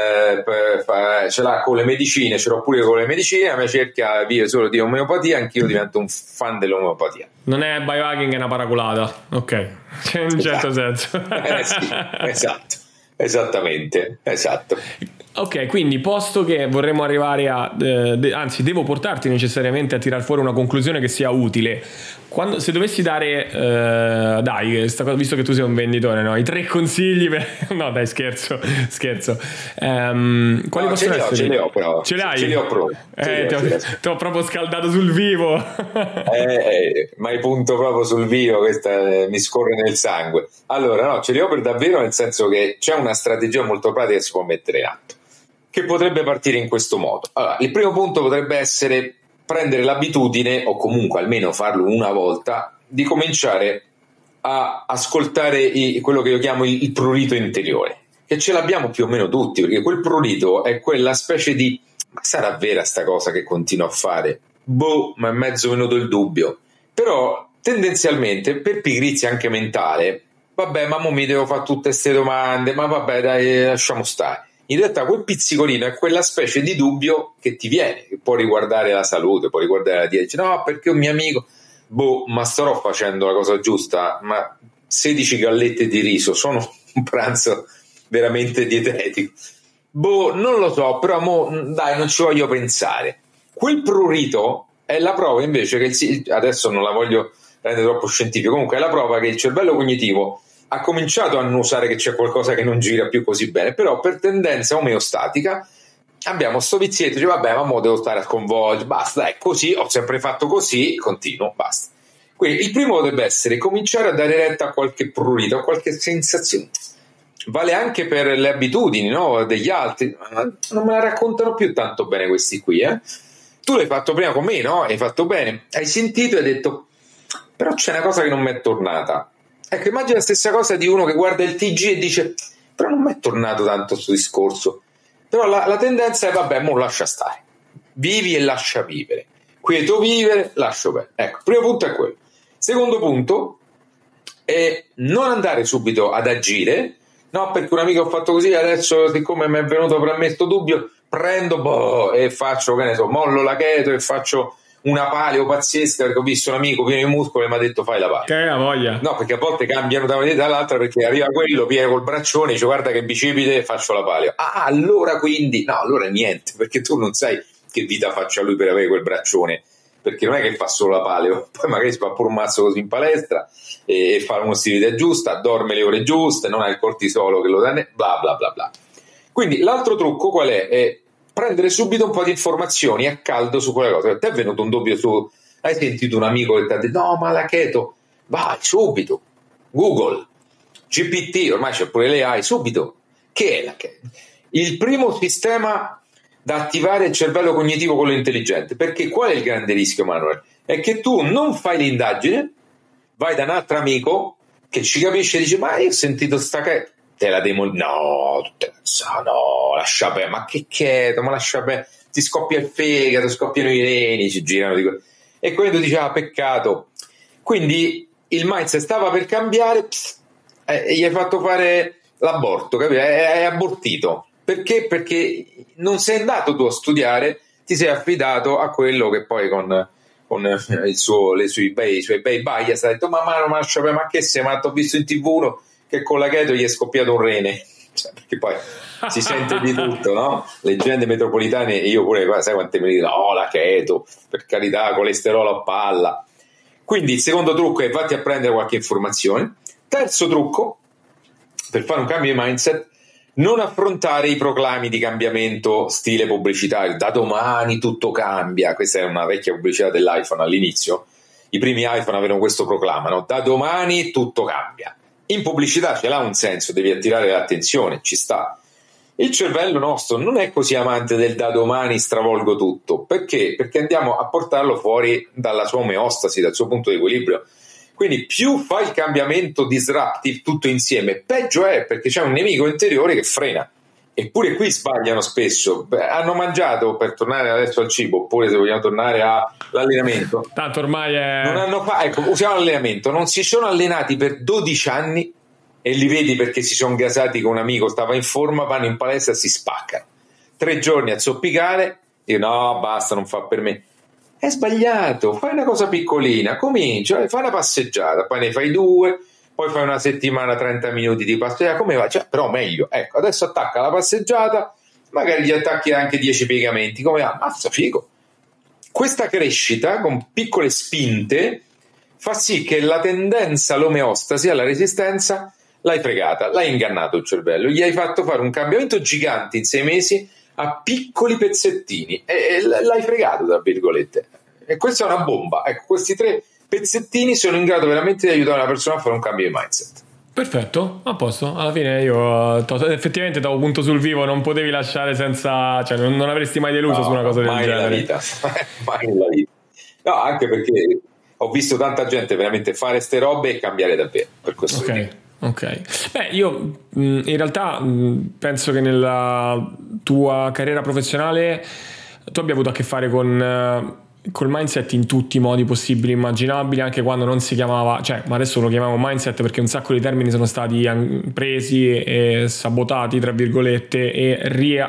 ce l'ha con le medicine, ce l'ho pure con le medicine, la mia cerchia vive solo di omeopatia, anch'io divento un fan dell'omeopatia. Non è biohacking, è una paraculata, ok, in un certo senso. Sì, esatto, esattamente, esatto. Ok, quindi posto che vorremmo arrivare a anzi devo portarti necessariamente a tirar fuori una conclusione che sia utile. Se dovessi dare visto che tu sei un venditore, no? I 3 consigli no dai, scherzo. Quali possono essere? Ce li ho però. Ce l'hai? Ce li ho proprio. Ti ho proprio scaldato sul vivo. Ma hai punto proprio sul vivo, questa mi scorre nel sangue. Allora no, ce li ho per davvero, nel senso che c'è una strategia molto pratica che si può mettere in atto, che potrebbe partire in questo modo. Allora, il primo punto potrebbe essere prendere l'abitudine, o comunque almeno farlo una volta, di cominciare a ascoltare quello che io chiamo il prurito interiore, che ce l'abbiamo più o meno tutti, perché quel prurito è quella specie di: ma sarà vera sta cosa che continuo a fare? Ma è mezzo venuto il dubbio. Però tendenzialmente, per pigrizia anche mentale, ma mo mi devo fare tutte queste domande, ma vabbè dai, lasciamo stare. In realtà quel pizzicolino è quella specie di dubbio che ti viene, che può riguardare la salute, può riguardare la dieta. Dici: no, perché un mio amico, ma starò facendo la cosa giusta? Ma 16 gallette di riso sono un pranzo veramente dietetico? Non lo so, però dai, non ci voglio pensare. Quel prurito è la prova invece che adesso non la voglio rendere troppo scientifico, comunque è la prova che il cervello cognitivo ha cominciato a annusare che c'è qualcosa che non gira più così bene, però per tendenza omeostatica abbiamo sto vizietto, dice: vabbè, ma mo devo stare a sconvolgere, basta, è così, ho sempre fatto così, continuo, basta. Quindi il primo dovrebbe essere cominciare a dare retta a qualche prurito, a qualche sensazione. Vale anche per le abitudini, no? Degli altri. Non me la raccontano più tanto bene questi qui, Tu l'hai fatto prima con me, no? Hai fatto bene, hai sentito e hai detto: però c'è una cosa che non mi è tornata. Ecco, immagina la stessa cosa di uno che guarda il TG e dice: però non mi è tornato tanto questo discorso. Però la tendenza è: vabbè, mo lascia stare, vivi e lascia vivere, quieto vivere, lascio bene. Ecco, il primo punto è quello. Secondo punto è non andare subito ad agire, no, perché un amico ha fatto così, adesso siccome mi è venuto per me questo dubbio, prendo e faccio, che ne so, mollo la keto e faccio una paleo pazzesca, perché ho visto un amico pieno di muscoli e mi ha detto: fai la paleo. Che ha voglia. No, perché a volte cambiano da una dieta all'altra, perché arriva quello, piega col braccione, dice: guarda che bicipite, faccio la paleo. Allora quindi, no, allora niente, perché tu non sai che vita faccia lui per avere quel braccione, perché non è che fa solo la paleo, poi magari si fa pure un mazzo così in palestra e fa uno stile di vita giusta, dorme le ore giuste, non ha il cortisolo che lo dà, bla bla bla bla. Quindi l'altro trucco qual è? È prendere subito un po' di informazioni a caldo su quella cosa. Ti è venuto un dubbio su, hai sentito un amico che ti ha detto: no, ma la keto, vai subito, Google, GPT, ormai c'è pure le AI, subito, che è la keto? il primo sistema da attivare è il cervello cognitivo, quello intelligente. Perché qual è il grande rischio, Manuel? È che tu non fai l'indagine, vai da un altro amico che ci capisce e dice: ma io ho sentito sta che te la no, lascia perdere, ma che cheto, ma lascia perdere, ti scoppia il fegato, scoppiano i reni, ci girano e quindi tu dici: ah, peccato. Quindi il mindset stava per cambiare, gli hai fatto fare l'aborto, capito? È abortito. Perché? Perché non sei andato tu a studiare, ti sei affidato a quello che poi con i suoi bei bias ha detto: ma che sei matto, ho visto in TV uno che con la keto gli è scoppiato un rene. Cioè, perché poi si sente di tutto, no? Leggende metropolitane, io pure, sai quante mi dicono: oh, la keto, per carità, colesterolo a palla. Quindi il secondo trucco è vatti a prendere qualche informazione. Terzo trucco per fare un cambio di mindset: non affrontare i proclami di cambiamento stile pubblicitario. Da domani tutto cambia. Questa è una vecchia pubblicità dell'iPhone all'inizio. I primi iPhone avevano questo proclama, no? Da domani tutto cambia. In pubblicità ce l'ha un senso, devi attirare l'attenzione, ci sta. Il cervello nostro non è così amante del da domani stravolgo tutto. Perché? Perché andiamo a portarlo fuori dalla sua omeostasi, dal suo punto di equilibrio. Quindi più fa il cambiamento disruptive tutto insieme, peggio è, perché c'è un nemico interiore che frena. Eppure qui sbagliano spesso. Hanno mangiato, per tornare adesso al cibo, oppure se vogliamo tornare all'allenamento. Tanto ormai è... Non hanno ecco, usiamo l'allenamento. Non si sono allenati per 12 anni e li vedi perché si sono gasati con un amico, stava in forma, vanno in palestra e si spaccano. 3 giorni a zoppicare, io no, basta, non fa per me. È sbagliato, fai una cosa piccolina, comincia, fai una passeggiata, poi ne fai 2, poi fai una settimana 30 minuti di passeggiata, come va? Cioè, però meglio, ecco, adesso attacca la passeggiata, magari gli attacchi anche 10 piegamenti, come va? Mazza, figo. Questa crescita con piccole spinte fa sì che la tendenza all'omeostasi, alla resistenza, l'hai fregata, l'hai ingannato il cervello, gli hai fatto fare un cambiamento gigante in 6 mesi a piccoli pezzettini e l'hai fregato, tra virgolette. E questa è una bomba. Ecco, questi 3 pezzettini sono in grado veramente di aiutare la persona a fare un cambio di mindset. Perfetto, a posto. Alla fine io effettivamente davo punto sul vivo, non potevi lasciare senza, cioè non avresti mai deluso su una cosa del genere. Mai nella vita. Mai nella vita. No, anche perché ho visto tanta gente veramente fare ste robe e cambiare davvero, per questo. Ok. Beh, io in realtà penso che nella tua carriera professionale tu abbia avuto a che fare col mindset in tutti i modi possibili e immaginabili, anche quando non si chiamava, cioè, ma adesso lo chiamiamo mindset perché un sacco di termini sono stati presi e sabotati, tra virgolette, e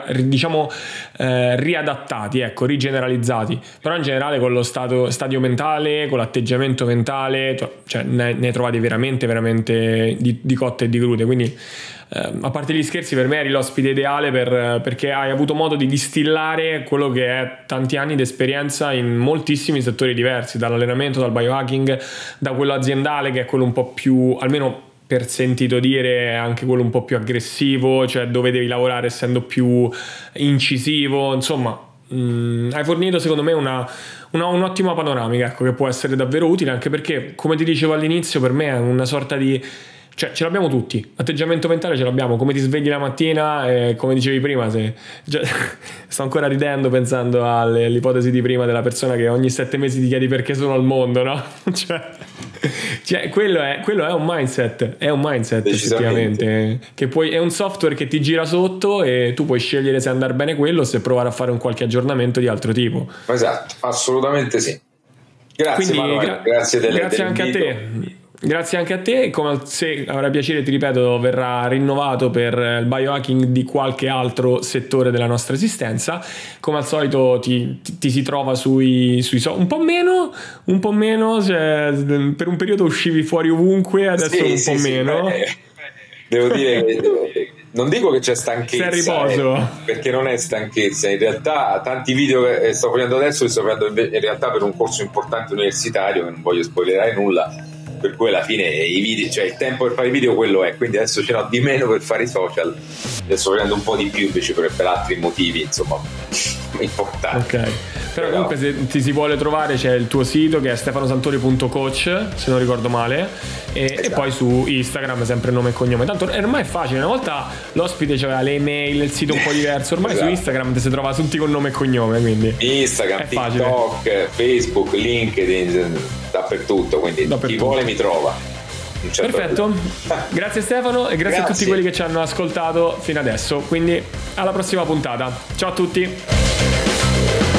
riadattati, ecco, rigeneralizzati. Però in generale con lo stadio mentale, con l'atteggiamento mentale, cioè ne trovate veramente di cotte e di crude. Quindi a parte gli scherzi, per me eri l'ospite ideale perché hai avuto modo di distillare quello che è tanti anni di esperienza in moltissimi settori diversi, dall'allenamento, dal biohacking, da quello aziendale, che è quello un po' più, almeno per sentito dire, anche quello un po' più aggressivo, cioè dove devi lavorare essendo più incisivo. Insomma, hai fornito secondo me un'ottima panoramica, ecco, che può essere davvero utile, anche perché, come ti dicevo all'inizio, per me è una sorta di... Cioè, ce l'abbiamo tutti, atteggiamento mentale ce l'abbiamo, come ti svegli la mattina e come dicevi prima, sto ancora ridendo pensando all'ipotesi di prima della persona che ogni 7 mesi ti chiedi perché sono al mondo, no? cioè quello è un mindset, effettivamente, che poi è un software che ti gira sotto e tu puoi scegliere se andare bene quello o se provare a fare un qualche aggiornamento di altro tipo. Esatto, assolutamente sì. Grazie. Quindi, Manuel, grazie anche a te. Grazie anche a te, come se avrai piacere, ti ripeto, verrà rinnovato per il biohacking di qualche altro settore della nostra esistenza. Come al solito ti si trova sui un po' meno, cioè, per un periodo uscivi fuori ovunque, adesso un po' meno. Devo dire che non dico che c'è stanchezza, riposo. Perché non è stanchezza, in realtà tanti video che sto facendo adesso li sto facendo in realtà per un corso importante universitario, che non voglio spoilerare nulla, per cui alla fine i video, cioè il tempo per fare i video quello è, quindi adesso ce n'ho di meno per fare i social, adesso prendo un po' di più invece per altri motivi, insomma, importanti. Ok, Però comunque se ti si vuole trovare c'è il tuo sito che è stefanosantori.coach, se non ricordo male, e poi su Instagram sempre nome e cognome. Tanto ormai è facile, una volta l'ospite aveva le email, il sito un po' diverso, ormai su Instagram ti si trova tutti con nome e cognome, quindi Instagram, TikTok, Facebook, LinkedIn, dappertutto, quindi chi vuole mi trova. Perfetto, grazie Stefano e grazie a tutti quelli che ci hanno ascoltato fino adesso, quindi alla prossima puntata, ciao a tutti.